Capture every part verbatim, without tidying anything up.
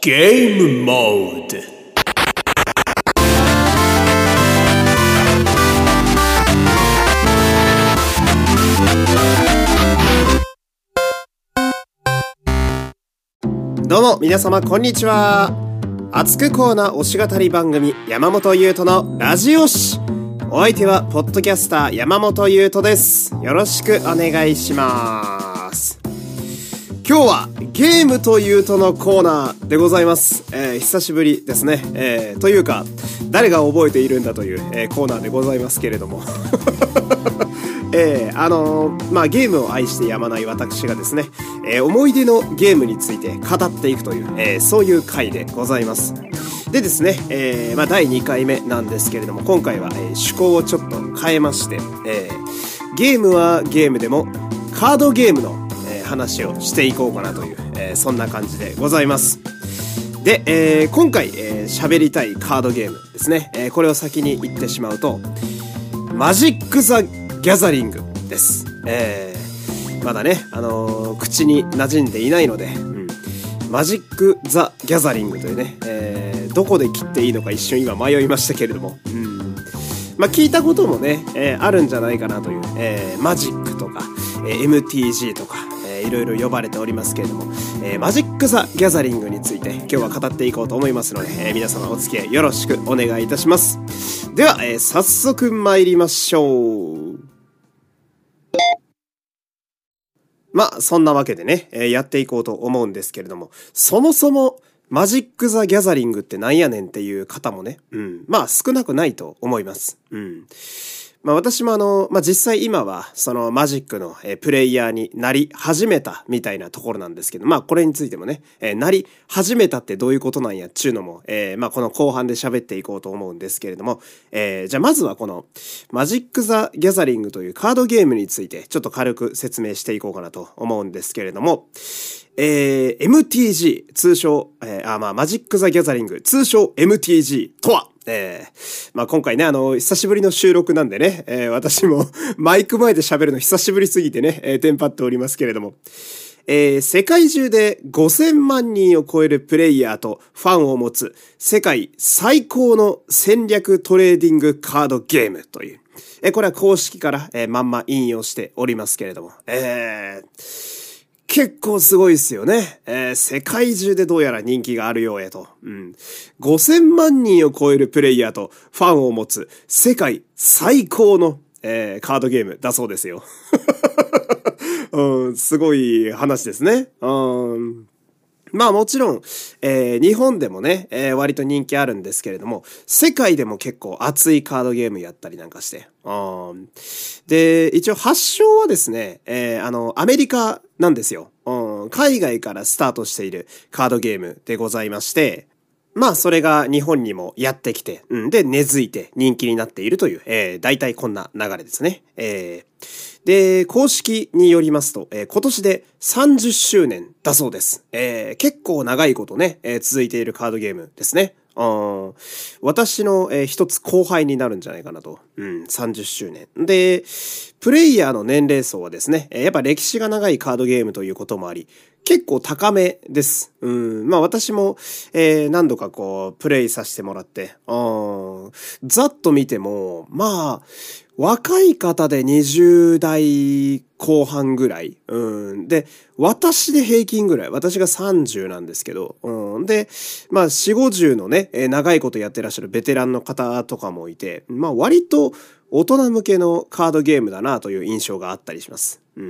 ゲームモード。どうも皆様こんにちは。熱くコーナー推し語り番組山本優斗のラジオ誌。お相手はポッドキャスター山本優斗です。よろしくお願いします。今日はゲームというとのコーナーでございます。えー、久しぶりですね。えー、というか誰が覚えているんだという、えー、コーナーでございますけれどもえー、あのー、まあゲームを愛してやまない私がですね、えー、思い出のゲームについて語っていくという、えー、そういう回でございます。でですね、えー、まあだいにかいめなんですけれども、今回は、えー、趣向をちょっと変えまして、えー、ゲームはゲームでもカードゲームの、えー、話をしていこうかなという、えー、そんな感じでございます。で、えー、今回喋、えー、りたいカードゲームですね、えー、これを先に言ってしまうとマジック・ザ・ギャザリングです。えー、まだね、あのー、口に馴染んでいないので、うん、マジック・ザ・ギャザリングというね、えー、どこで切っていいのか一瞬今迷いましたけれども、うん、まあ聞いたこともね、えー、あるんじゃないかなという、えー、マジックとか、えー、エムティージー とか、えー、いろいろ呼ばれておりますけれども、えー、マジック・ザ・ギャザリングについて今日は語っていこうと思いますので、えー、皆様お付き合いよろしくお願いいたします。では、えー、早速参りましょう。まあそんなわけでね、えー、やっていこうと思うんですけれども、そもそもマジック・ザ・ギャザリングってなんやねんっていう方もね、うん、まあ少なくないと思います。うん。まあ私もあの、まあ実際今はそのマジックの、えー、プレイヤーになり始めたみたいなところなんですけど、まあこれについてもね、えー、なり始めたってどういうことなんやっちゅうのも、えー、まあこの後半で喋っていこうと思うんですけれども、えー、じゃあまずはこのマジック・ザ・ギャザリングというカードゲームについてちょっと軽く説明していこうかなと思うんですけれども、えー、エムティージー 通称、えー、あまあマジック・ザ・ギャザリング通称 エムティージー とは、えー、まあ今回ね、あの、久しぶりの収録なんでね、えー、私もマイク前で喋るの久しぶりすぎてね、えー、テンパっておりますけれども、えー、世界中でごせんまんにんを超えるプレイヤーとファンを持つ世界最高の戦略トレーディングカードゲームという、えー、これは公式から、えー、まんま引用しておりますけれども、えー、結構すごいですよね。えー、世界中でどうやら人気があるようやと。うん。ごせんまんにんを超えるプレイヤーとファンを持つ世界最高の、えー、カードゲームだそうですよ。うん、すごい話ですね。うん。まあもちろん、えー、日本でもね、えー、割と人気あるんですけれども、世界でも結構熱いカードゲームやったりなんかして。うん、で、一応発祥はですね、えー、あの、アメリカなんですよ。うん、海外からスタートしているカードゲームでございまして、まあそれが日本にもやってきて、うん、で根付いて人気になっているという、えー、大体こんな流れですね。えーで、公式によりますと、えー、今年でさんじゅっしゅうねんだそうです。えー、結構長いことね、えー、続いているカードゲームですね。あ私の、えー、一つ後輩になるんじゃないかなと。うん、さんじゅっしゅうねん。で、プレイヤーの年齢層はですね、えー、やっぱ歴史が長いカードゲームということもあり、結構高めです。うん、まあ私も、えー、何度かこう、プレイさせてもらって、あざっと見ても、まあ、若い方でにじゅうだいこう半ぐらい。うん。で、私で平均ぐらい。私がさんじゅうなんですけど。うん。で、まあ、よんじゅう、ごじゅうのね、えー、長いことやってらっしゃるベテランの方とかもいて、まあ、割と大人向けのカードゲームだなという印象があったりします。うん。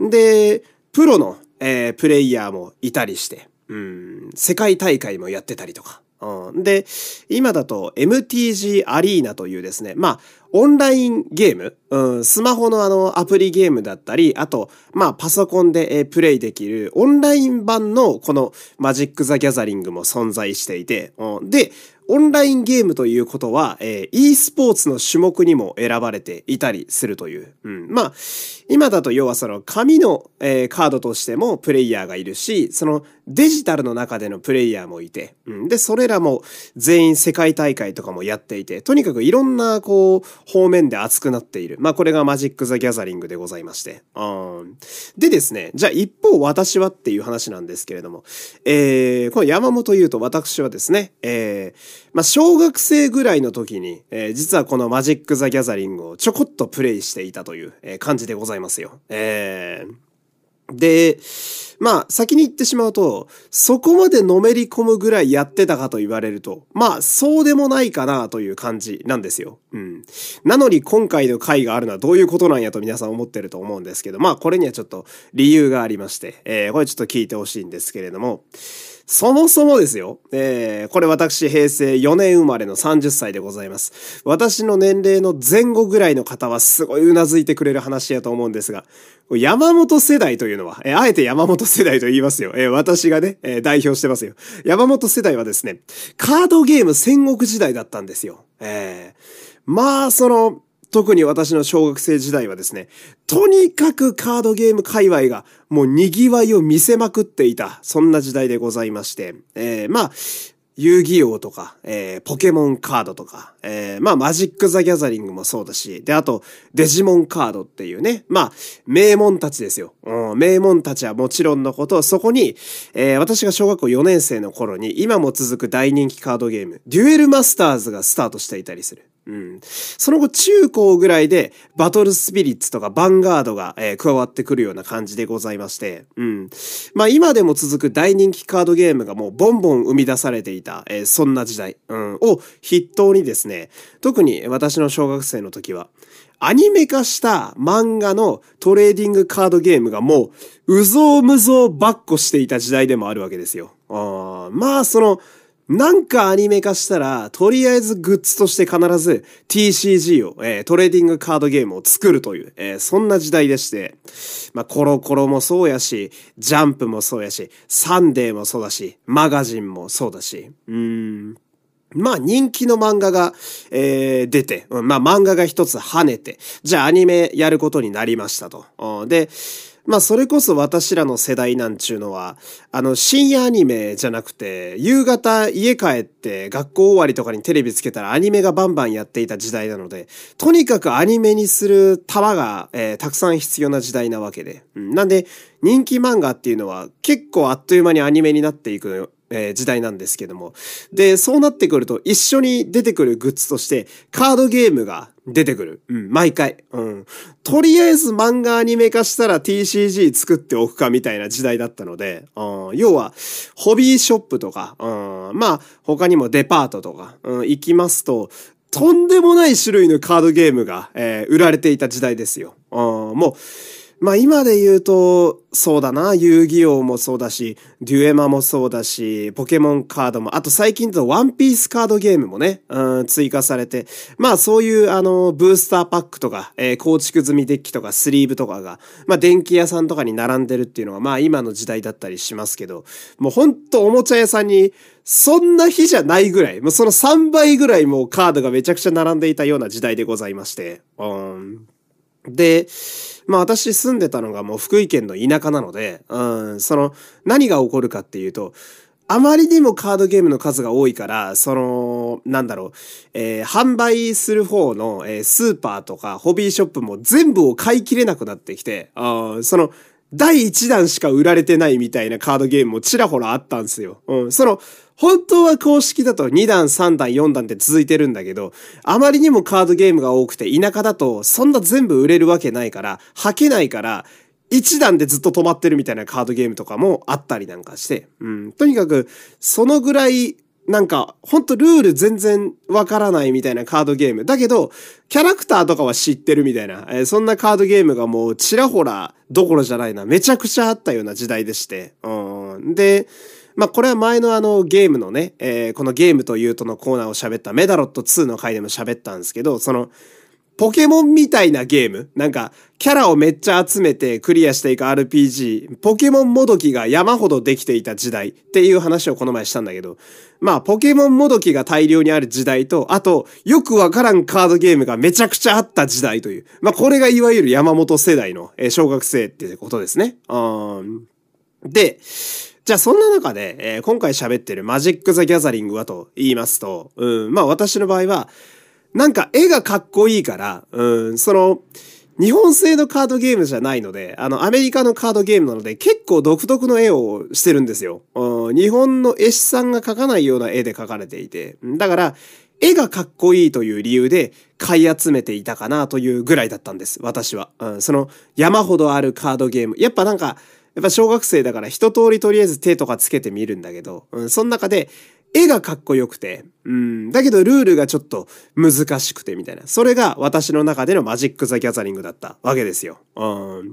で、プロの、えー、プレイヤーもいたりして、うん。世界大会もやってたりとか。うん、で、今だと エムティージー アリーナというですね、まあ、オンラインゲーム、うん、スマホのあのアプリゲームだったり、あと、まあ、パソコンで、えー、プレイできるオンライン版のこのマジック・ザ・ギャザリングも存在していて、うん、で、 オンラインゲームということは、えー、e スポーツの種目にも選ばれていたりするという。うん。まあ、今だと要はその紙の、えー、カードとしてもプレイヤーがいるし、そのデジタルの中でのプレイヤーもいて、うん。で、それらも全員世界大会とかもやっていて、とにかくいろんなこう、方面で熱くなっている。まあ、これがマジック・ザ・ギャザリングでございまして。うん。でですね、じゃあ一方私はっていう話なんですけれども、えー、この山本優斗私はですね、えー、まあ、小学生ぐらいの時に、えー、実はこのマジック・ザ・ギャザリングをちょこっとプレイしていたという、えー、感じでございますよ。えーで、まあ、先に言ってしまうと、そこまでのめり込むぐらいやってたかと言われると、まあ、そうでもないかなという感じなんですよ。うん。なのに今回の回があるのはどういうことなんやと皆さん思ってると思うんですけど、まあ、これにはちょっと理由がありまして、えー、これちょっと聞いてほしいんですけれども、そもそもですよ。えー、これ私平成よねん生まれのさんじゅっさいでございます。私の年齢の前後ぐらいの方はすごいうなずいてくれる話やと思うんですが、山本世代というのは、えー、あえて山本世代と言いますよ。えー、私がね、えー、代表してますよ。山本世代はですね、カードゲーム戦国時代だったんですよ。えー、まあ、その、特に私の小学生時代はですね、とにかくカードゲーム界隈がもう賑わいを見せまくっていた、そんな時代でございまして、えー、まあ、遊戯王とか、えー、ポケモンカードとか、えー、まあ、マジック・ザ・ギャザリングもそうだし、で、あと、デジモンカードっていうね、まあ、名門たちですよ。うん、名門たちはもちろんのこと、そこに、えー、私が小学校よねん生の頃に、今も続く大人気カードゲーム、デュエルマスターズがスタートしていたりする。うん。その後中高ぐらいでバトルスピリッツとかヴァンガードが、えー、加わってくるような感じでございまして、うん。まあ今でも続く大人気カードゲームがもうボンボン生み出されていた、えー、そんな時代、うん、を筆頭にですね、特に私の小学生の時は、アニメ化した漫画のトレーディングカードゲームがもう、うぞうむぞうばっこしていた時代でもあるわけですよ。あまあその、なんかアニメ化したら、とりあえずグッズとして必ず ティーシージー を、えー、トレーディングカードゲームを作るという、えー、そんな時代でして、まあ、コロコロもそうやし、ジャンプもそうやし、サンデーもそうだし、マガジンもそうだし、うーん。まあ人気の漫画が、えー、出て、うん、まあ漫画が一つ跳ねて、じゃあアニメやることになりましたと。うん、で、まあそれこそ私らの世代なんちゅうのは、あの深夜アニメじゃなくて、夕方家帰って学校終わりとかにテレビつけたらアニメがバンバンやっていた時代なので、とにかくアニメにする玉が、えー、たくさん必要な時代なわけで。うん、なんで人気漫画っていうのは結構あっという間にアニメになっていくのよ。えー、時代なんですけども。で、そうなってくると一緒に出てくるグッズとしてカードゲームが出てくる。うん、毎回。うん。とりあえず漫画アニメ化したら ティーシージー 作っておくかみたいな時代だったので、うん、要は、ホビーショップとか、うん、まあ、他にもデパートとか、うん、行きますと、とんでもない種類のカードゲームが、えー、売られていた時代ですよ。うん、もう、まあ今で言うと、そうだな、遊戯王もそうだし、デュエマもそうだし、ポケモンカードも、あと最近だとワンピースカードゲームもね、うん、追加されて、まあそういうあの、ブースターパックとか、えー、構築済みデッキとかスリーブとかが、まあ電気屋さんとかに並んでるっていうのは、まあ今の時代だったりしますけど、もうほんとおもちゃ屋さんに、そんな日じゃないぐらい、もうそのさんばいぐらいもうカードがめちゃくちゃ並んでいたような時代でございまして、うん。で、まあ私住んでたのがもう福井県の田舎なので、うん、その何が起こるかっていうと、あまりにもカードゲームの数が多いから、その、なんだろう、えー、販売する方の、えー、スーパーとかホビーショップも全部を買い切れなくなってきて、あその、だいいちだんしか売られてないみたいなカードゲームもちらほらあったんですよ。うん、その、本当は公式だとにだん、さんだん、よんだんって続いてるんだけど、あまりにもカードゲームが多くて田舎だとそんな全部売れるわけないから、履けないから、一段でずっと止まってるみたいなカードゲームとかもあったりなんかして、うん、とにかく、そのぐらい、なんか、ほんとルール全然わからないみたいなカードゲーム。だけど、キャラクターとかは知ってるみたいな、えー、そんなカードゲームがもうちらほらどころじゃないな、めちゃくちゃあったような時代でして。うん、で、まあこれは前のあのゲームのね、えー、このゲームというとのコーナーを喋ったメダロットツーの回でも喋ったんですけど、その、 ポケモンみたいなゲームなんか、キャラをめっちゃ集めてクリアしていく アールピージー、ポケモンもどきが山ほどできていた時代っていう話をこの前したんだけど、まあ、ポケモンもどきが大量にある時代と、あと、よくわからんカードゲームがめちゃくちゃあった時代という。まあ、これがいわゆる山本世代の小学生ってことですね。うん。で、じゃあそんな中で、えー、今回喋ってるマジック・ザ・ギャザリングはと言いますと、うん、まあ私の場合は、なんか絵がかっこいいから、うん、その、日本製のカードゲームじゃないので、あの、アメリカのカードゲームなので、結構独特の絵をしてるんですよ。うん、日本の絵師さんが描かないような絵で描かれていて、だから、絵がかっこいいという理由で買い集めていたかなというぐらいだったんです、私は。うん、その、山ほどあるカードゲーム。やっぱなんか、やっぱ小学生だから一通りとりあえず手とかつけてみるんだけど、うん、その中で絵がかっこよくて、うん、だけどルールがちょっと難しくてみたいな。それが私の中でのマジック・ザ・ギャザリングだったわけですよ。うん、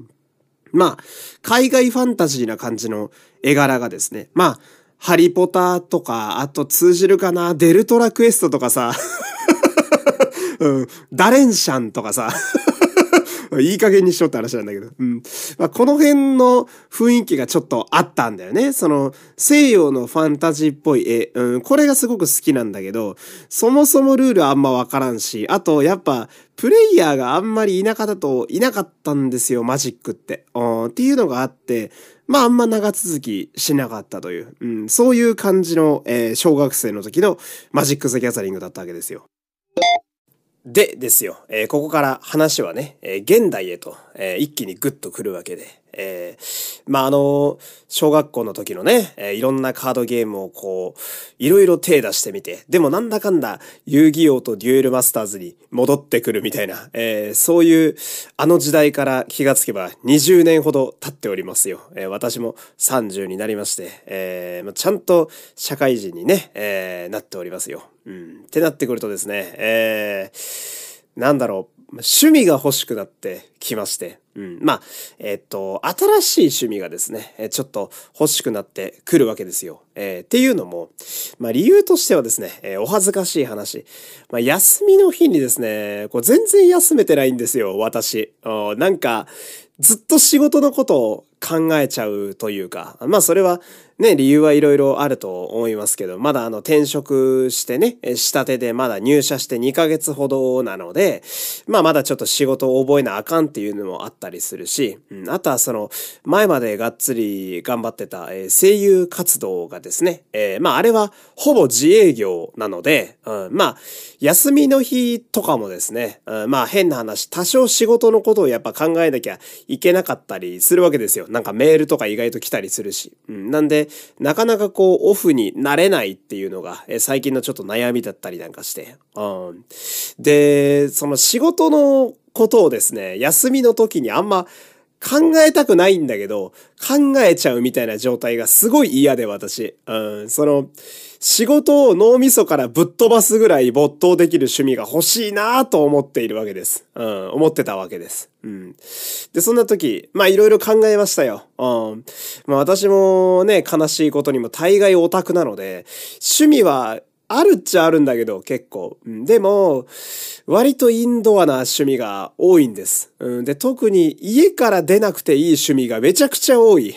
まあ、海外ファンタジーな感じの絵柄がですね、まあ、ハリポターとか、あと通じるかな、デルトラクエストとかさ、うん、ダレンシャンとかさ、いい加減にしろって話なんだけど。うん。まあ、この辺の雰囲気がちょっとあったんだよね。その、西洋のファンタジーっぽい絵。うん。これがすごく好きなんだけど、そもそもルールあんまわからんし、あと、やっぱ、プレイヤーがあんまりいなかったと、いなかったんですよ、マジックって。うん。っていうのがあって、まあ、あんま長続きしなかったという。うん。そういう感じの、えー、小学生の時のマジック・ザ・ギャザリングだったわけですよ。でですよ、えー、ここから話はね、えー、現代へと、えー、一気にグッと来るわけで、えー、まあ、あのー、小学校の時のね、えー、いろんなカードゲームをこう、いろいろ手出してみて、でもなんだかんだ遊戯王とデュエルマスターズに戻ってくるみたいな、えー、そういうあの時代から気がつけばにじゅうねんほど経っておりますよ。えー、私もさんじゅうになりまして、えー、ちゃんと社会人にね、えー、なっておりますよ。うん。ってなってくるとですね、えー、なんだろう、趣味が欲しくなってきまして、うん。まあ、えっと、新しい趣味がですね、ちょっと欲しくなってくるわけですよ。えー、っていうのも、まあ理由としてはですね、えー、お恥ずかしい話。まあ休みの日にですね、こう全然休めてないんですよ、私。なんか、ずっと仕事のことを考えちゃうというか、まあそれはね、理由はいろいろあると思いますけど、まだあの転職してね、したてでまだ入社してにかげつほどなので、まあまだちょっと仕事を覚えなあかんっていうのもあったりするし、うん、あとはその前までがっつり頑張ってた、えー、声優活動がですね、えー、まああれはほぼ自営業なので、うん、まあ休みの日とかもですね、うん、まあ変な話、多少仕事のことをやっぱ考えなきゃいけなかったりするわけですよ。なんかメールとか意外と来たりするし。うん、なんで、なかなかこうオフになれないっていうのが、え最近のちょっと悩みだったりなんかして。うん、で、その仕事のことをですね、休みの時にあんま考えたくないんだけど、考えちゃうみたいな状態がすごい嫌で私。うん、その、仕事を脳みそからぶっ飛ばすぐらい没頭できる趣味が欲しいなと思っているわけです。うん、思ってたわけです。うん。で、そんな時、まあいろいろ考えましたよ。うん。まあ私もね、悲しいことにも大概オタクなので、趣味はあるっちゃあるんだけど、結構。うん、でも、割とインドアな趣味が多いんです。うん、で、特に家から出なくていい趣味がめちゃくちゃ多い。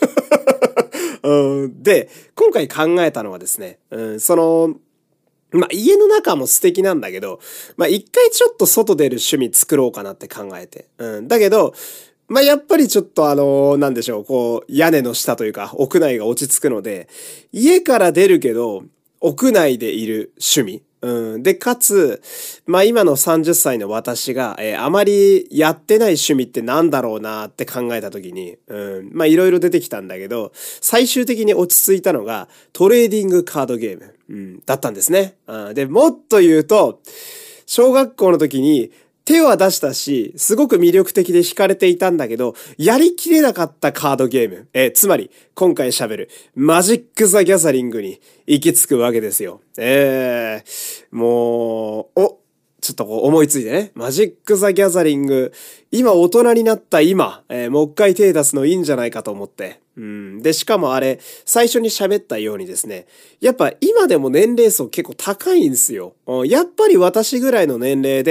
うん、で、今回考えたのはですね、うん、その、まあ、家の中も素敵なんだけど、まあ、一回ちょっと外出る趣味作ろうかなって考えて。うん、だけど、まあ、やっぱりちょっとあの、なんでしょう、こう、屋根の下というか、屋内が落ち着くので、家から出るけど、屋内でいる趣味。うん。で、かつ、まあ今のさんじゅっさいの私が、えー、あまりやってない趣味ってなんだろうなって考えたときに、うん。まあいろいろ出てきたんだけど、最終的に落ち着いたのがトレーディングカードゲーム、うん、だったんですね。うん。で、もっと言うと、小学校の時に、手は出したし、すごく魅力的で惹かれていたんだけど、やりきれなかったカードゲーム。えー、つまり、今回喋る、マジック・ザ・ギャザリングに行き着くわけですよ。えー、もう、お、ちょっとこう思いついてね。マジック・ザ・ギャザリング、今大人になった今、えー、もう一回手出すのいいんじゃないかと思って。うん。で、しかもあれ、最初に喋ったようにですね、やっぱ今でも年齢層結構高いんですよ。やっぱり私ぐらいの年齢で、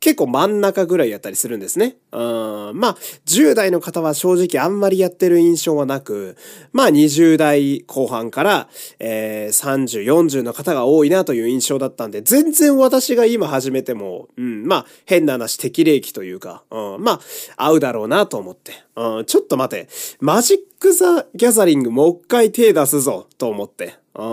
結構真ん中ぐらいやったりするんですね。うん、まあ、じゅう代の方は正直あんまりやってる印象はなく、まあにじゅう代後半から、えー、さんじゅう、よんじゅうの方が多いなという印象だったんで、全然私が今始めても、うん、まあ変な話適齢期というか、うん、まあ合うだろうなと思って、うん、ちょっと待て、マジック・ザ・ギャザリングもう一回手出すぞと思って、うん、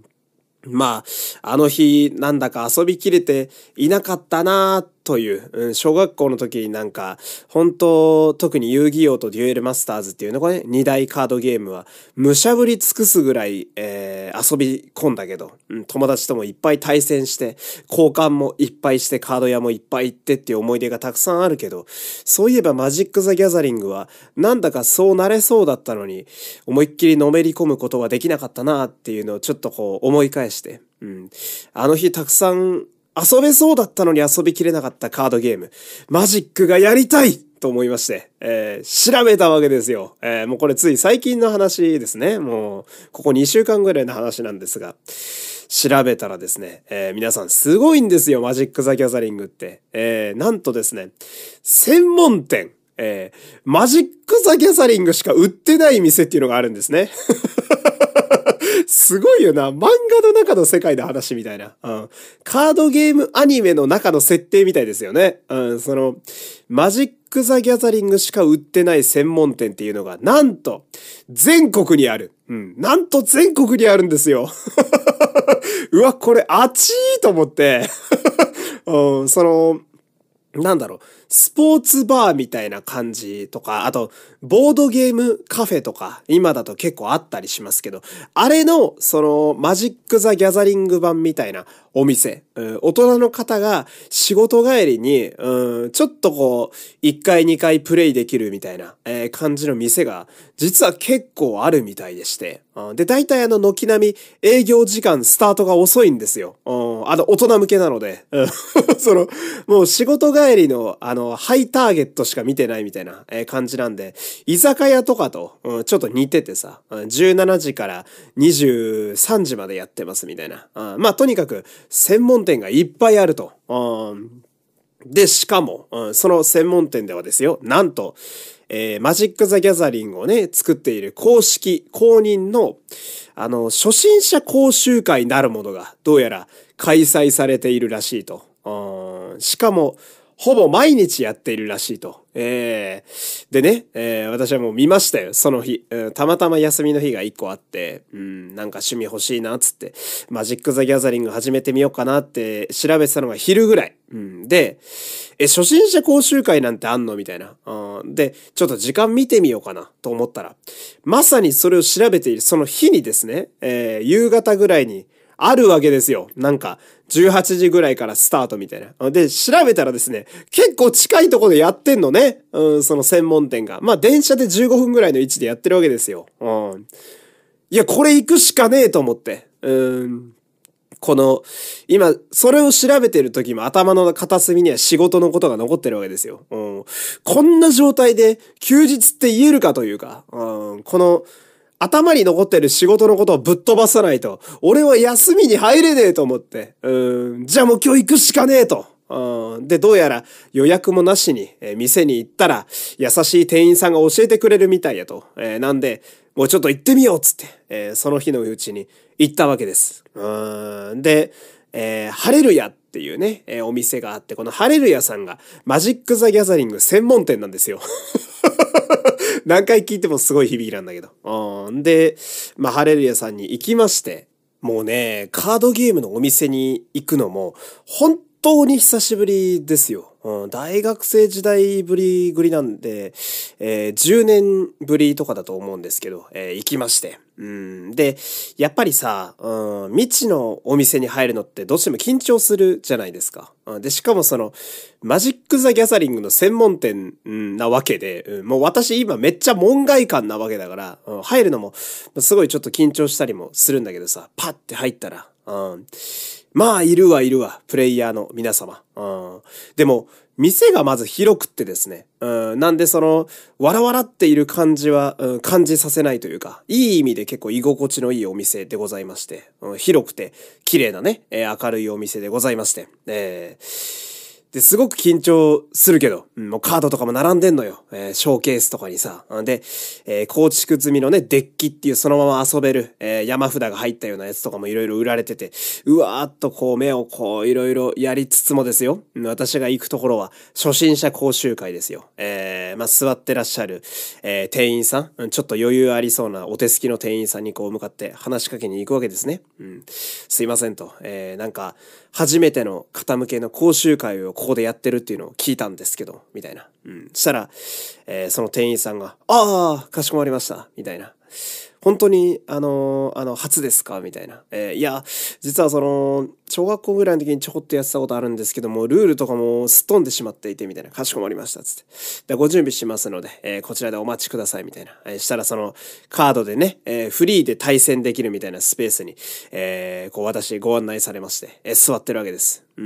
まあ、あの日なんだか遊びきれていなかったなという、うん、小学校の時になんか、本当特に遊戯王とデュエルマスターズっていうのがね、二大カードゲームは、むしゃぶり尽くすぐらい、えー、遊び込んだけど、うん、友達ともいっぱい対戦して、交換もいっぱいして、カード屋もいっぱい行ってっていう思い出がたくさんあるけど、そういえばマジック・ザ・ギャザリングは、なんだかそうなれそうだったのに、思いっきりのめり込むことはできなかったなっていうのをちょっとこう思い返して、うん、あの日たくさん遊べそうだったのに遊びきれなかったカードゲーム、マジックがやりたいと思いまして、えー、調べたわけですよ。えー、もうこれつい最近の話ですね。もう、ここにしゅうかんぐらいの話なんですが、調べたらですね、えー、皆さんすごいんですよ、マジック・ザ・ギャザリングって。えー、なんとですね、専門店、えー、マジック・ザ・ギャザリングしか売ってない店っていうのがあるんですね。すごいよな。漫画の中の世界の話みたいな。うん。カードゲームアニメの中の設定みたいですよね。うん。その、マジック・ザ・ギャザリングしか売ってない専門店っていうのが、なんと、全国にある。うん。なんと全国にあるんですよ。うわ、これ、あちーと思って。うん、その、なんだろう、スポーツバーみたいな感じとか、あと、ボードゲームカフェとか、今だと結構あったりしますけど、あれの、その、マジック・ザ・ギャザリング版みたいなお店、うん、大人の方が仕事帰りに、うん、ちょっとこう、いっかいにかいプレイできるみたいな、えー、感じの店が、実は結構あるみたいでして、うん、で、大体あの、軒並み営業時間スタートが遅いんですよ。うん、あの、大人向けなので、うん、その、もう仕事帰りの、あの、ハイターゲットしか見てないみたいな、えー、感じなんで、居酒屋とかと、うん、ちょっと似ててさ、じゅうしちじからにじゅうさんじまでやってますみたいな。うん、まあ、とにかく、専門店がいっぱいあると。うん、で、しかも、うん、その専門店ではですよ、なんと、えー、マジック・ザ・ギャザリングをね、作っている公式、公認の、あの、初心者講習会なるものが、どうやら開催されているらしいと。うん、しかも、ほぼ毎日やっているらしいと。えー、でね、えー、私はもう見ましたよ、その日。うん、たまたま休みの日が一個あって、うん、なんか趣味欲しいな、つって、マジック・ザ・ギャザリング始めてみようかなって調べてたのが昼ぐらい。うん、で、え、初心者講習会なんてあんのみたいな。うん、で、ちょっと時間見てみようかな、と思ったら、まさにそれを調べているその日にですね、えー、夕方ぐらいに、あるわけですよ。なんか、じゅうはちじぐらいからスタートみたいな。で、調べたらですね、結構近いところでやってんのね。うん、その専門店が。まあ、電車でじゅうごふんぐらいの位置でやってるわけですよ。うん。いや、これ行くしかねえと思って。うん。この、今、それを調べてる時も頭の片隅には仕事のことが残ってるわけですよ。うん。こんな状態で休日って言えるかというか、うん、この、頭に残ってる仕事のことをぶっ飛ばさないと、俺は休みに入れねえと思って、うん、じゃあもう今日行くしかねえと。うん、で、どうやら予約もなしに、えー、店に行ったら、優しい店員さんが教えてくれるみたいやと。えー、なんで、もうちょっと行ってみようっつって、えー、その日のうちに行ったわけです。うん、で、えー、ハレルヤっていうね、えー、お店があって、このハレルヤさんがマジック・ザ・ギャザリング専門店なんですよ。何回聞いてもすごい響きなんだけど。うん、で、まあ、ハレルヤさんに行きまして、もうね、カードゲームのお店に行くのも、本当に久しぶりですよ。うん、大学生時代ぶりぐりなんで、えー、じゅうねんぶりとかだと思うんですけど、えー、行きまして。うん、で、やっぱりさ、うん、未知のお店に入るのってどうしても緊張するじゃないですか。うん、で、しかもその、マジック・ザ・ギャザリングの専門店、うん、なわけで、うん、もう私今めっちゃ門外漢なわけだから、うん、入るのもすごいちょっと緊張したりもするんだけどさ、パッて入ったら、うん、まあ、いるはいるわ、プレイヤーの皆様。うん、でも、店がまず広くってですね。うん、なんでその、わらわらっている感じは、うん、感じさせないというか、いい意味で結構居心地のいいお店でございまして、うん、広くて、綺麗なね、えー、明るいお店でございまして。えーで、すごく緊張するけど、うん、もうカードとかも並んでんのよ。えー、ショーケースとかにさ。で、えー、構築済みのね、デッキっていうそのまま遊べる、えー、山札が入ったようなやつとかもいろいろ売られてて、うわーっとこう目をこういろいろやりつつもですよ。私が行くところは初心者講習会ですよ。えー、まあ、座ってらっしゃる、えー、店員さん、ちょっと余裕ありそうなお手すきの店員さんにこう向かって話しかけに行くわけですね。うん、すいませんと。えー、なんか、初めての方向けの講習会をここでやってるっていうのを聞いたんですけど、みたいな。うん。したら、えー、その店員さんが、ああ、かしこまりました、みたいな。本当に、あのー、あの、初ですかみたいな。えー、いや、実はその、小学校ぐらいの時にちょこっとやってたことあるんですけども、ルールとかもすっ飛んでしまっていて、みたいな。かしこまりました、つって。で、ご準備しますので、えー、こちらでお待ちください、みたいな。えー、したらその、カードでね、えー、フリーで対戦できるみたいなスペースに、えー、こう私ご案内されまして、えー、座ってるわけです。うん。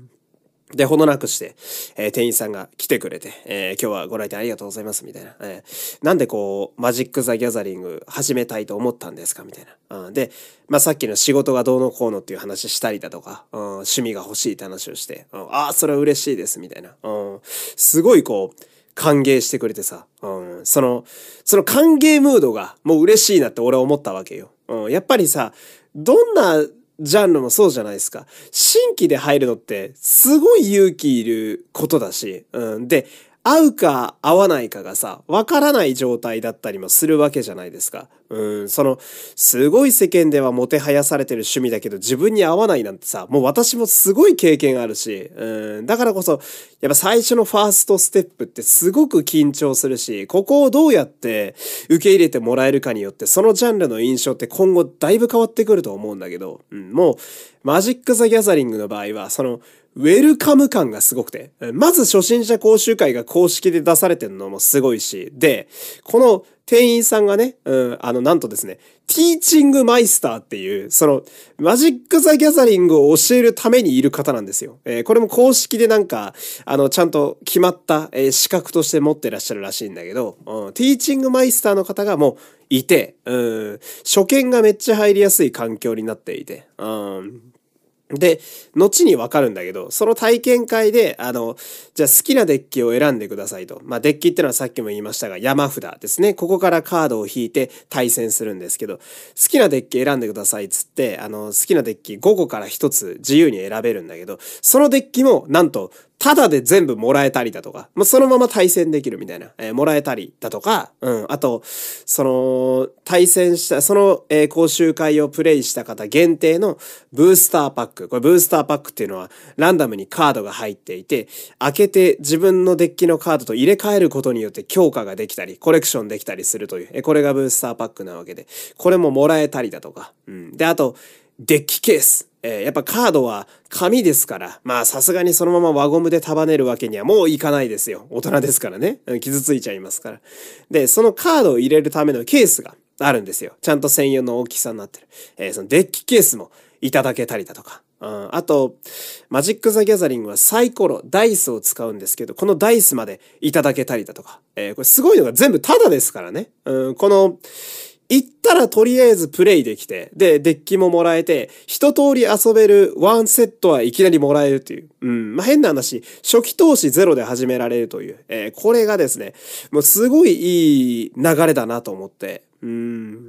で、ほどなくして、えー、店員さんが来てくれて、えー、今日はご来店ありがとうございます、みたいな。えー、なんでこう、マジック・ザ・ギャザリング始めたいと思ったんですかみたいな。うん、で、まあ、さっきの仕事がどうのこうのっていう話したりだとか、うん、趣味が欲しいって話をして、うん、ああ、それは嬉しいです、みたいな。うん、すごいこう、歓迎してくれてさ、うん、その、その歓迎ムードがもう嬉しいなって俺は思ったわけよ。うん、やっぱりさ、どんな、ジャンルもそうじゃないですか。新規で入るのってすごい勇気いることだし、うん。で、合うか合わないかがさ、わからない状態だったりもするわけじゃないですか。うん、その、すごい世間ではもてはやされてる趣味だけど自分に合わないなんてさ、もう私もすごい経験あるし、うん、だからこそ、やっぱ最初のファーストステップってすごく緊張するし、ここをどうやって受け入れてもらえるかによって、そのジャンルの印象って今後だいぶ変わってくると思うんだけど、うん、もう、マジック・ザ・ギャザリングの場合は、その、ウェルカム感がすごくて、まず初心者講習会が公式で出されてるのもすごいし、で、この店員さんがね、うん、あの、なんとですね、ティーチングマイスターっていう、その、マジック・ザ・ギャザリングを教えるためにいる方なんですよ。えー、これも公式でなんか、あの、ちゃんと決まった、えー、資格として持ってらっしゃるらしいんだけど、うん、ティーチングマイスターの方がもういて、うん、初見がめっちゃ入りやすい環境になっていて、うんで、後にわかるんだけど、その体験会で、あの、じゃあ好きなデッキを選んでくださいと。まあ、デッキってのはさっきも言いましたが、山札ですね。ここからカードを引いて対戦するんですけど、好きなデッキ選んでくださいっつって、あの、好きなデッキごこからひとつ自由に選べるんだけど、そのデッキも、なんと、ただで全部もらえたりだとか、もうそのまま対戦できるみたいな、えー、もらえたりだとか、うん、あと、その、対戦した、その、えー、講習会をプレイした方限定のブースターパック。これブースターパックっていうのは、ランダムにカードが入っていて、開けて自分のデッキのカードと入れ替えることによって強化ができたり、コレクションできたりするという、えー、これがブースターパックなわけで、これももらえたりだとか、うん。で、あと、デッキケース。えー、やっぱカードは紙ですから、まあさすがにそのまま輪ゴムで束ねるわけにはもういかないですよ。大人ですからね。傷ついちゃいますから。で、そのカードを入れるためのケースがあるんですよ。ちゃんと専用の大きさになってる。えー、そのデッキケースもいただけたりだとか。うん、あと、マジック・ザ・ギャザリングはサイコロ、ダイスを使うんですけど、このダイスまでいただけたりだとか。えー、これすごいのが全部タダですからね。うん、この、行ったらとりあえずプレイできて、で、デッキももらえて、一通り遊べるワンセットはいきなりもらえるっていう。うん。まあ、変な話、初期投資ゼロで始められるという。えー、これがですね、もうすごいいい流れだなと思って。うん。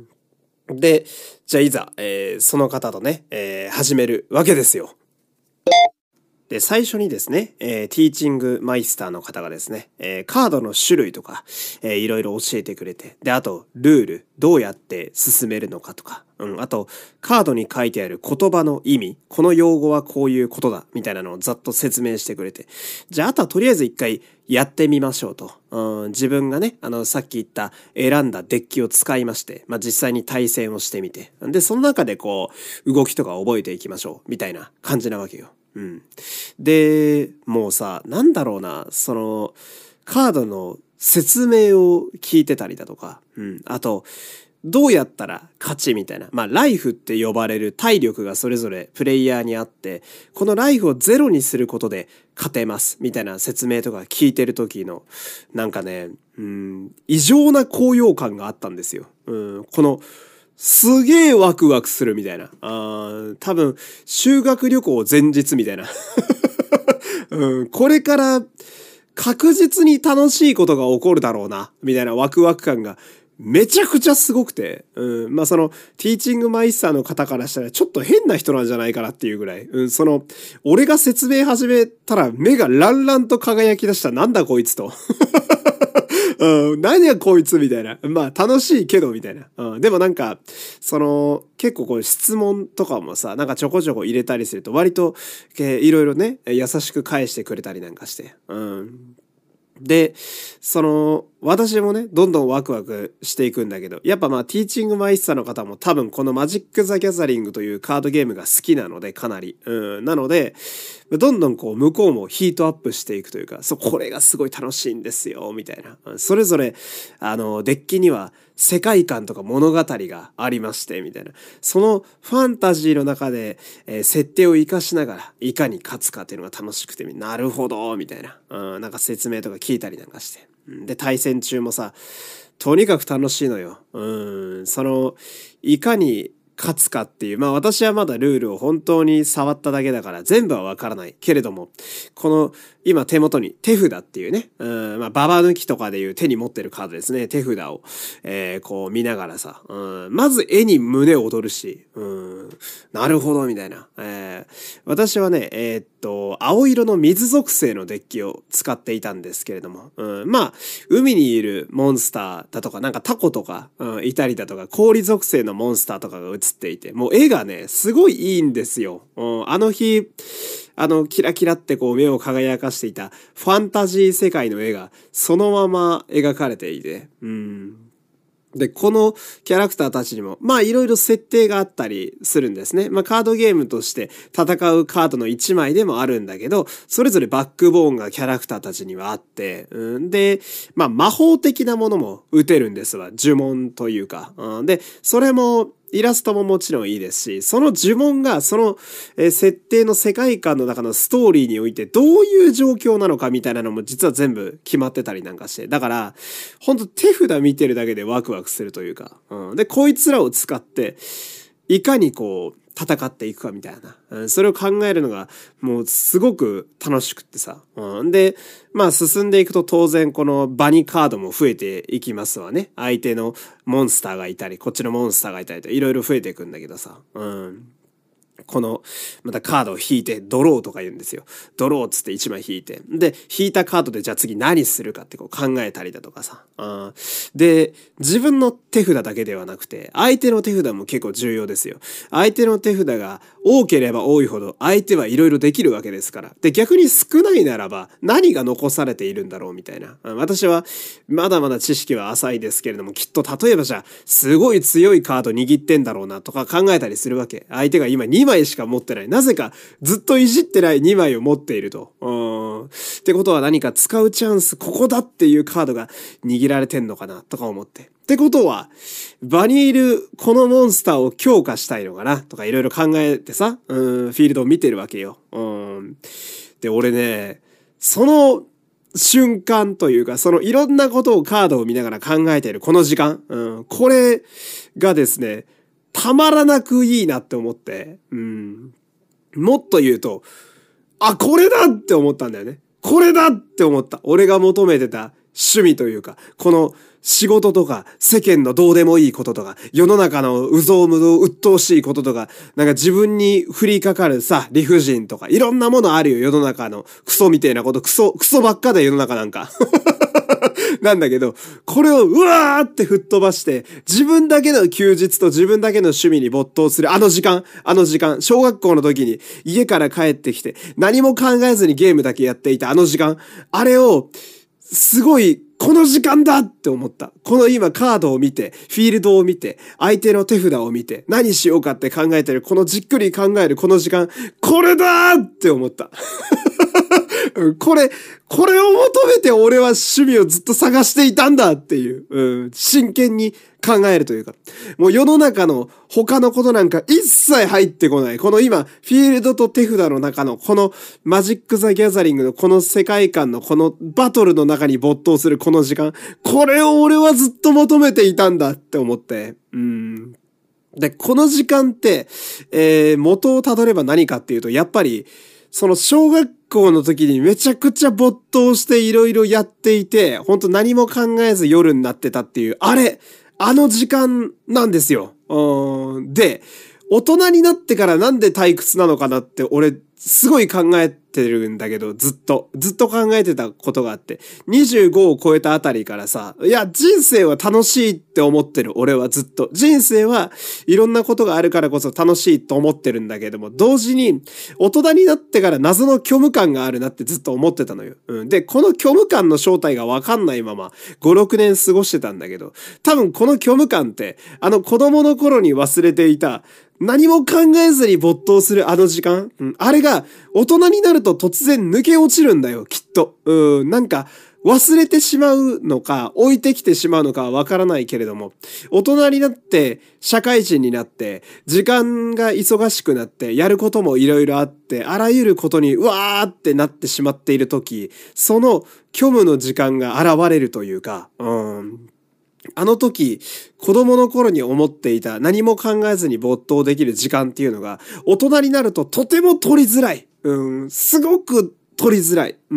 で、じゃあいざ、えー、その方とね、えー、始めるわけですよ。で、最初にですね、えー、ティーチングマイスターの方がですね、えー、カードの種類とか、えー、いろいろ教えてくれて、で、あと、ルール、どうやって進めるのかとか、うん、あと、カードに書いてある言葉の意味、この用語はこういうことだ、みたいなのをざっと説明してくれて、じゃあ、あとはとりあえず一回やってみましょうと。うん、自分がね、あの、さっき言った選んだデッキを使いまして、まあ、実際に対戦をしてみて、で、その中でこう、動きとか覚えていきましょう、みたいな感じなわけよ。うん。で、もうさ、なんだろうな、その、カードの説明を聞いてたりだとか、うん。あと、どうやったら勝ちみたいな。まあ、ライフって呼ばれる体力がそれぞれプレイヤーにあって、このライフをゼロにすることで勝てます。みたいな説明とか聞いてる時の、なんかね、うん、異常な高揚感があったんですよ。うん、この、すげえワクワクするみたいな。あ多分、修学旅行前日みたいな。 うん、これから確実に楽しいことが起こるだろうな、みたいなワクワク感がめちゃくちゃすごくて、うん、まあそのティーチングマイスターの方からしたらちょっと変な人なんじゃないかなっていうぐらい、うん、その俺が説明始めたら目がランランと輝き出した。なんだこいつと。うん、何やこいつみたいな。まあ楽しいけどみたいな。うん、でもなんか、その結構こう質問とかもさ、なんかちょこちょこ入れたりすると割といろいろね、優しく返してくれたりなんかして。うん。で、その、私もね、どんどんワクワクしていくんだけど、やっぱまあ、ティーチングマイスターの方も多分このマジック・ザ・ギャザリングというカードゲームが好きなので、かなり。うん。なので、どんどんこう、向こうもヒートアップしていくというか、そう、これがすごい楽しいんですよ、みたいな。それぞれ、あの、デッキには世界観とか物語がありまして、みたいな。そのファンタジーの中で、えー、設定を活かしながら、いかに勝つかっていうのが楽しくて、なるほど、みたいな。うん、なんか説明とか聞いたりなんかして。で、対戦中もさ、とにかく楽しいのよ。うん、その、いかに勝つかっていう。まあ私はまだルールを本当に触っただけだから全部はわからない。けれども、この今手元に手札っていうね、うん、まあババ抜きとかでいう手に持ってるカードですね。手札を、えー、こう見ながらさ、うん、まず絵に胸を躍るし、うん、なるほどみたいな。えー、私はね、えー、っと、青色の水属性のデッキを使っていたんですけれども、うん、まあ、海にいるモンスターだとか、なんかタコとか、うん、いたりだとか、氷属性のモンスターとかが映っていて、もう絵がね、すごいいいんですよ。うん、あの日、あの、キラキラってこう目を輝かしていたファンタジー世界の絵がそのまま描かれていて、うん。で、このキャラクターたちにも、まあいろいろ設定があったりするんですね。まあカードゲームとして戦うカードの一枚でもあるんだけど、それぞれバックボーンがキャラクターたちにはあって、うん、で、まあ魔法的なものも打てるんですわ。呪文というか。うん、で、それも、イラストももちろんいいですし、その呪文がその、えー、設定の世界観の中のストーリーにおいてどういう状況なのかみたいなのも実は全部決まってたりなんかして。だから、ほんと手札見てるだけでワクワクするというか。うん、で、こいつらを使って、いかにこう、戦っていくかみたいな、うん。それを考えるのがもうすごく楽しくってさ。うん、で、まあ進んでいくと当然このバニカードも増えていきますわね。相手のモンスターがいたり、こっちのモンスターがいたりといろいろ増えていくんだけどさ。うん。この、またカードを引いて、ドローとか言うんですよ。ドローっつっていちまい引いて。で、引いたカードでじゃあ次何するかってこう考えたりだとかさ。あで、自分の手札だけではなくて、相手の手札も結構重要ですよ。相手の手札が多ければ多いほど、相手はいろいろできるわけですから。で、逆に少ないならば、何が残されているんだろうみたいな。私は、まだまだ知識は浅いですけれども、きっと例えばじゃあ、すごい強いカード握ってんだろうなとか考えたりするわけ。相手が今にまいしか持ってない。なぜかずっといじってないにまいを持っていると。うん。ってことは何か使うチャンスここだっていうカードが握られてんのかなとか思って。ってことは、場にいるこのモンスターを強化したいのかなとかいろいろ考えてさ、うん、フィールドを見てるわけよ。うん。で、俺ね、その瞬間というか、そのいろんなことをカードを見ながら考えているこの時間、うん、これがですね、たまらなくいいなって思って、うん。もっと言うと、あ、これだって思ったんだよね。これだって思った。俺が求めてた趣味というか、この仕事とか世間のどうでもいいこととか、世の中のうぞうむぞう鬱陶しいこととか、なんか自分に降りかかるさ、理不尽とか、いろんなものあるよ、世の中の。クソみたいなこと、クソ、クソばっかだよ、世の中なんか。なんだけど、これをうわーって吹っ飛ばして、自分だけの休日と自分だけの趣味に没頭するあの時間、あの時間、小学校の時に家から帰ってきて、何も考えずにゲームだけやっていたあの時間、あれを、すごい、この時間だって思った。この今カードを見て、フィールドを見て、相手の手札を見て、何しようかって考えてる、このじっくり考えるこの時間、これだーって思った。これ、これを求めて俺は趣味をずっと探していたんだっていう、うん、真剣に考えるというか、もう世の中の他のことなんか一切入ってこない。この今、フィールドと手札の中のこのマジック・ザ・ギャザリングのこの世界観のこのバトルの中に没頭するこの時間、これを俺はずっと求めていたんだって思って、うん。で、この時間って、えー、元をたどれば何かっていうと、やっぱり、その小学校の時にめちゃくちゃ没頭していろいろやっていて、ほんと何も考えず夜になってたっていう、あれ、あの時間なんですよ。うん。で、大人になってからなんで退屈なのかなって俺すごい考えてるんだけど、ずっと、ずっと考えてたことがあって、にじゅうごを超えたあたりからさ、いや、人生は楽しいって思ってる、俺はずっと。人生はいろんなことがあるからこそ楽しいと思ってるんだけども、同時に大人になってから謎の虚無感があるなってずっと思ってたのよ。うん。で、この虚無感の正体がわかんないまま、ご、ろくねん過ごしてたんだけど、多分この虚無感って、あの子供の頃に忘れていた、何も考えずに没頭するあの時間、うん、あれが大人になると突然抜け落ちるんだよ、きっと。うん、なんか忘れてしまうのか、置いてきてしまうのかはわからないけれども、大人になって、社会人になって、時間が忙しくなって、やることもいろいろあって、あらゆることにうわーってなってしまっているとき、その虚無の時間が現れるというか、うんあの時、子供の頃に思っていた何も考えずに没頭できる時間っていうのが、大人になるととても取りづらい。うん、すごく取りづらい。うん、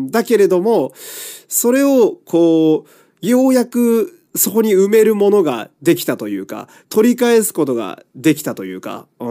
だけれども、それを、こう、ようやくそこに埋めるものができたというか、取り返すことができたというか、うん、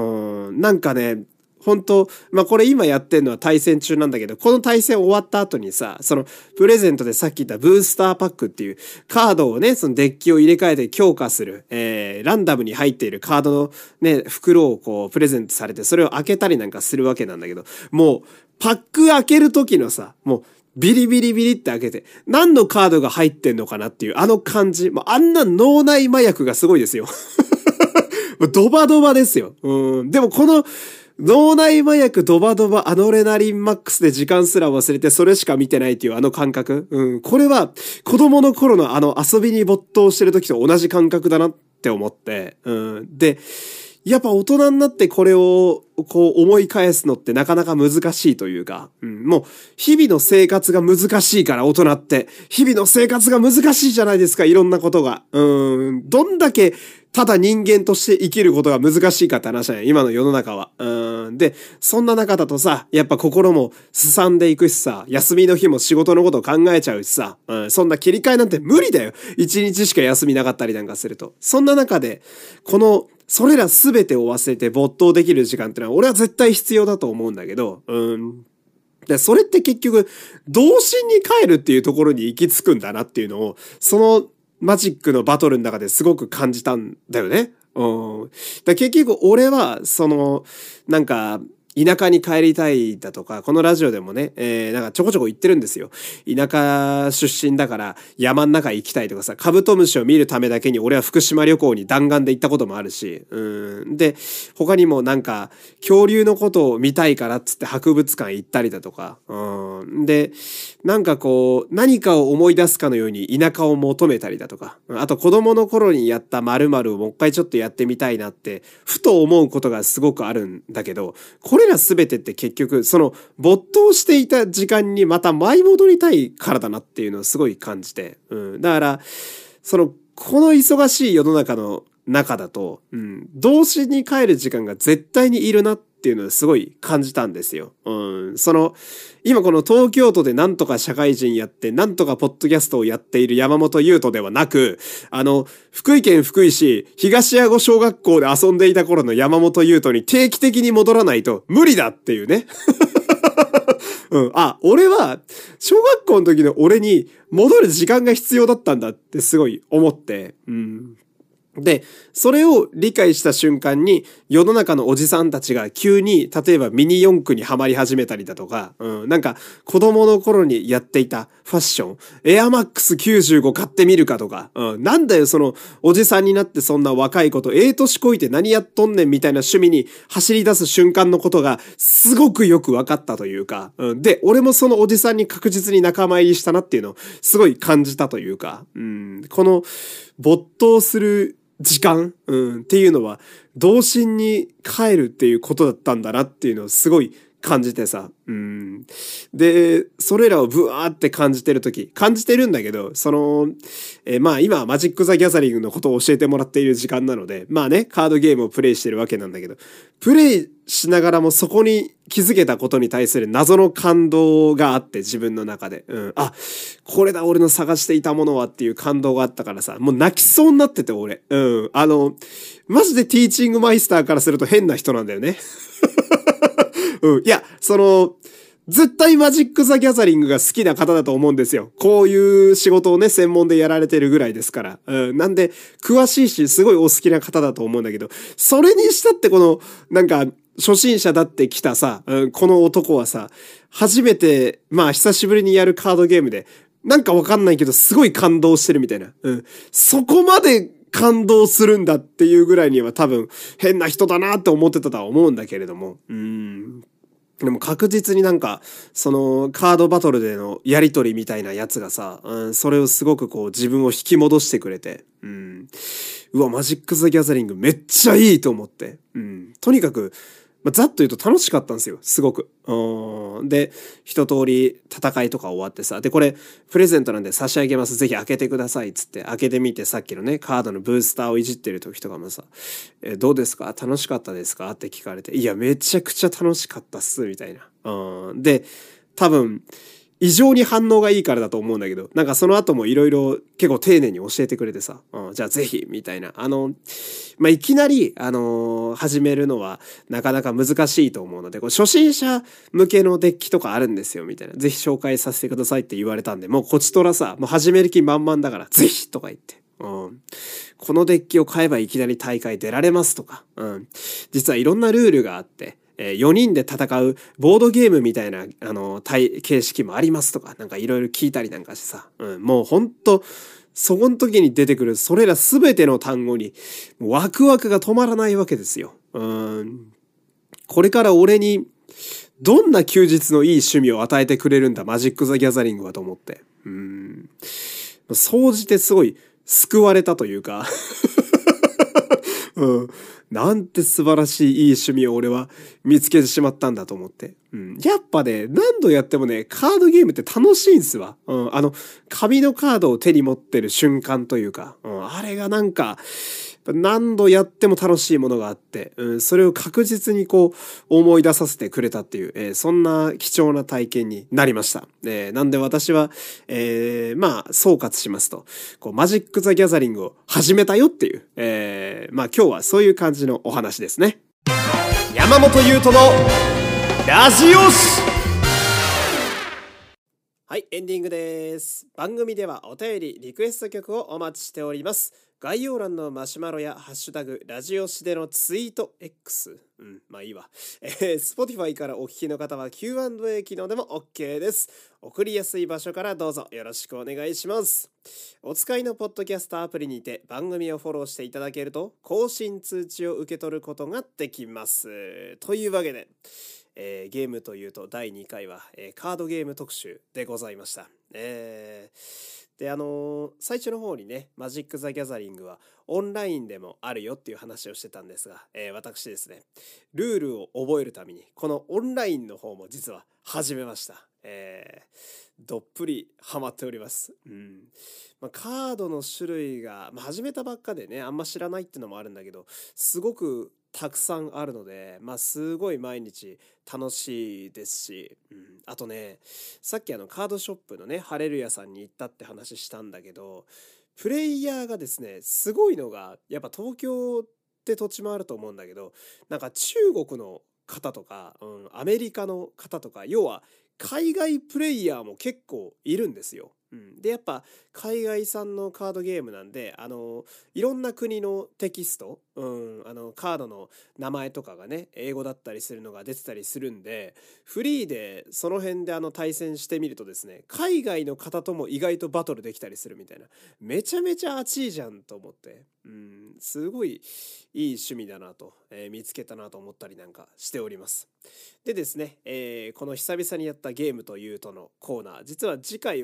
なんかね、本当まあ、これ今やってんのは対戦中なんだけど、この対戦終わった後にさ、そのプレゼントでさっき言ったブースターパックっていうカードをね、そのデッキを入れ替えて強化する、えー、ランダムに入っているカードのね、袋をこうプレゼントされて、それを開けたりなんかするわけなんだけど、もうパック開ける時のさ、もうビリビリビリって開けて、何のカードが入ってんのかなっていうあの感じ、もうあんな脳内麻薬がすごいですよ。ドバドバですよ。うん。でもこの、脳内麻薬ドバドバアドレナリンマックスで時間すら忘れてそれしか見てないっていうあの感覚。うん。これは子供の頃のあの遊びに没頭してる時と同じ感覚だなって思って。うん。で、やっぱ大人になってこれをこう思い返すのってなかなか難しいというか、うん、もう日々の生活が難しいから大人って、日々の生活が難しいじゃないですか、いろんなことが。うん、どんだけただ人間として生きることが難しいかって話だよ、今の世の中は。うん、で、そんな中だとさ、やっぱ心もすさんでいくしさ、休みの日も仕事のことを考えちゃうしさ、うん、そんな切り替えなんて無理だよ。一日しか休みなかったりなんかすると。そんな中で、この、それらすべてを忘れて没頭できる時間ってのは俺は絶対必要だと思うんだけど、うん。で、それって結局、童心に帰るっていうところに行き着くんだなっていうのを、そのマジックのバトルの中ですごく感じたんだよね。うん。だ結局俺は、その、なんか、田舎に帰りたいだとか、このラジオでもね、えー、なんかちょこちょこ言ってるんですよ。田舎出身だから山ん中行きたいとかさ、カブトムシを見るためだけに俺は福島旅行に弾丸で行ったこともあるし、うん。で、他にもなんか恐竜のことを見たいからっつって博物館行ったりだとか、うん。で、なんかこう、何かを思い出すかのように田舎を求めたりだとか、あと子供の頃にやった〇〇をもう一回ちょっとやってみたいなって、ふと思うことがすごくあるんだけど、これこれらすべてって結局、その没頭していた時間にまた舞い戻りたいからだなっていうのをすごい感じて。うん。だから、その、この忙しい世の中の中だと、うん、童心に帰る時間が絶対にいるなっていうのをすごい感じたんですよ。うん。その、今この東京都でなんとか社会人やって、なんとかポッドキャストをやっている山本優斗ではなく、あの、福井県福井市東矢後小学校で遊んでいた頃の山本優斗に定期的に戻らないと無理だっていうね。うん。あ、俺は、小学校の時の俺に戻る時間が必要だったんだってすごい思って、うん。で、それを理解した瞬間に世の中のおじさんたちが急に例えばミニ四駆にはまり始めたりだとか、うん、なんか子供の頃にやっていたファッション、エアマックスきゅうじゅうご買ってみるかとか、うん、なんだよそのおじさんになってそんな若い子とええ年こいて何やっとんねんみたいな趣味に走り出す瞬間のことがすごくよく分かったというか、うん、で、俺もそのおじさんに確実に仲間入りしたなっていうのをすごい感じたというか、うん、この没頭する時間、うん、っていうのは童心に帰るっていうことだったんだなっていうのをすごい感じてさ。うん。で、それらをブワーって感じてるとき、感じてるんだけど、その、えーまあ今、マジック・ザ・ギャザリングのことを教えてもらっている時間なので、まあね、カードゲームをプレイしてるわけなんだけど、プレイしながらもそこに気づけたことに対する謎の感動があって、自分の中で。うん。あ、これだ、俺の探していたものはっていう感動があったからさ、もう泣きそうになってて、俺。うん。あの、マジでティーチングマイスターからすると変な人なんだよね。うん。いや、その、絶対マジック・ザ・ギャザリングが好きな方だと思うんですよ。こういう仕事をね、専門でやられてるぐらいですから。うん。なんで、詳しいし、すごいお好きな方だと思うんだけど、それにしたってこの、なんか、初心者だって来たさ、うん、この男はさ、初めて、まあ久しぶりにやるカードゲームで、なんかわかんないけど、すごい感動してるみたいな。うん。そこまで感動するんだっていうぐらいには多分、変な人だなって思ってたとは思うんだけれども。うん。でも確実になんか、そのカードバトルでのやりとりみたいなやつがさ、うん、それをすごくこう自分を引き戻してくれて、うん。うわ、マジック・ザ・ギャザリングめっちゃいいと思って、うん。とにかく、まあ、ざっと言うと楽しかったんですよ。すごく。うん。で、一通り戦いとか終わってさ。で、これ、プレゼントなんで差し上げます。ぜひ開けてください。つって、開けてみてさっきのね、カードのブースターをいじってる時とかもさ、え、どうですか？楽しかったですか？って聞かれて、いや、めちゃくちゃ楽しかったっす。みたいな。うん。で、多分、異常に反応がいいからだと思うんだけど、なんかその後もいろいろ結構丁寧に教えてくれてさ、うん、じゃあぜひ、みたいな。あの、まあ、いきなり、あのー始めるのはなかなか難しいと思うので、こう初心者向けのデッキとかあるんですよ、みたいな。ぜひ紹介させてくださいって言われたんで、もうこちとらさ、もう始める気満々だから、ぜひとか言って。うん、このデッキを買えばいきなり大会出られますとか、うん、実はいろんなルールがあって、よにんで戦うボードゲームみたいな、あの、対、形式もありますとか、なんかいろいろ聞いたりなんかしてさ、うん、もうほんと、そこの時に出てくるそれらすべての単語にワクワクが止まらないわけですよ。うん。これから俺にどんな休日のいい趣味を与えてくれるんだ、マジック・ザ・ギャザリングはと思って。うん。総じてすごい救われたというかうん。なんて素晴らしいいい趣味を俺は見つけてしまったんだと思って。うん。やっぱね、何度やってもね、カードゲームって楽しいんすわ。うん。あの、紙のカードを手に持ってる瞬間というか、うん。あれがなんか、何度やっても楽しいものがあって、うん、それを確実にこう思い出させてくれたっていう、えー、そんな貴重な体験になりました。えー、なんで私は、えー、まあ総括しますと、こうマジック・ザ・ギャザリングを始めたよっていう、えー、まあ今日はそういう感じのお話ですね。山本優斗のラジオシ。はい、エンディングです。番組ではお便り、リクエスト曲をお待ちしております。概要欄のマシュマロやハッシュタグ、ラジオシでのツイート X。うん、まあいいわ。えー、Spotify からお聞きの方は キューアンドエー 機能でも OK です。送りやすい場所からどうぞよろしくお願いします。お使いのポッドキャストアプリにて番組をフォローしていただけると更新通知を受け取ることができます。というわけで、えー、ゲームというとだいにかいは、えー、カードゲーム特集でございました。えー、であのー、最初の方にねマジック・ザ・ギャザリングはオンラインでもあるよっていう話をしてたんですが、えー、私ですねルールを覚えるためにこのオンラインの方も実は始めました。えー、どっぷりハマっております。うんまあ、カードの種類が、まあ、始めたばっかでねあんま知らないっていうのもあるんだけどすごくたくさんあるので、まあ、すごい毎日楽しいですし、うん、あとねさっきあのカードショップのねハレルヤさんに行ったって話したんだけどプレイヤーがですねすごいのがやっぱ東京って土地もあると思うんだけどなんか中国の方とか、うん、アメリカの方とか要は海外プレイヤーも結構いるんですよ。うん、でやっぱ海外産のカードゲームなんであのいろんな国のテキスト、うん、あのカードの名前とかがね英語だったりするのが出てたりするんでフリーでその辺であの対戦してみるとですね海外の方とも意外とバトルできたりするみたいなめちゃめちゃ熱いじゃんと思って、うん、すごいいい趣味だなと、えー、見つけたなと思ったりなんかしております。でですね、えー、この久々にやったゲームというとのコーナー実は次回は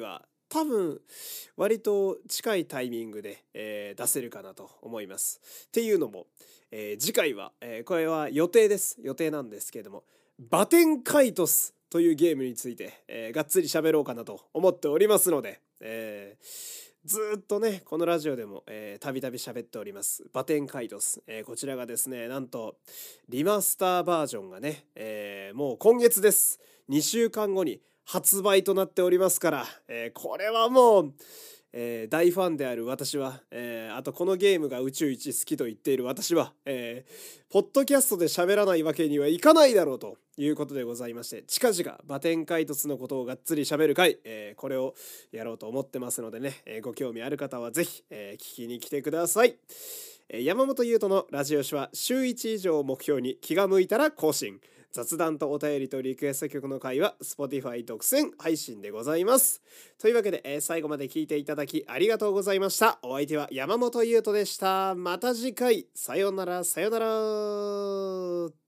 多分割と近いタイミングで、えー出せるかなと思います。っていうのも、えー次回は、えーこれは予定です。予定なんですけれども、バテンカイトスというゲームについて、えーがっつり喋ろうかなと思っておりますので、えーずーっとね、このラジオでも、えーたびたび喋っております。バテンカイトス。えーこちらがですね、なんと、リマスターバージョンがね、えーもう今月です。にしゅうかんごに発売となっておりますから、えーこれはもう、えー大ファンである私は、えーあとこのゲームが宇宙一好きと言っている私は、えーポッドキャストで喋らないわけにはいかないだろうということでございまして、近々バテンカイトスのことをがっつり喋る回、えーこれをやろうと思ってますのでね、えーご興味ある方はぜひ、えー聞きに来てください。えー山本優斗のラジオ誌は週いち以上を目標に気が向いたら更新。雑談とお便りとリクエスト曲の回は Spotify 独占配信でございます。というわけで、えー最後まで聞いていただきありがとうございました。お相手は山本優斗でした。また次回。さようなら、さようなら。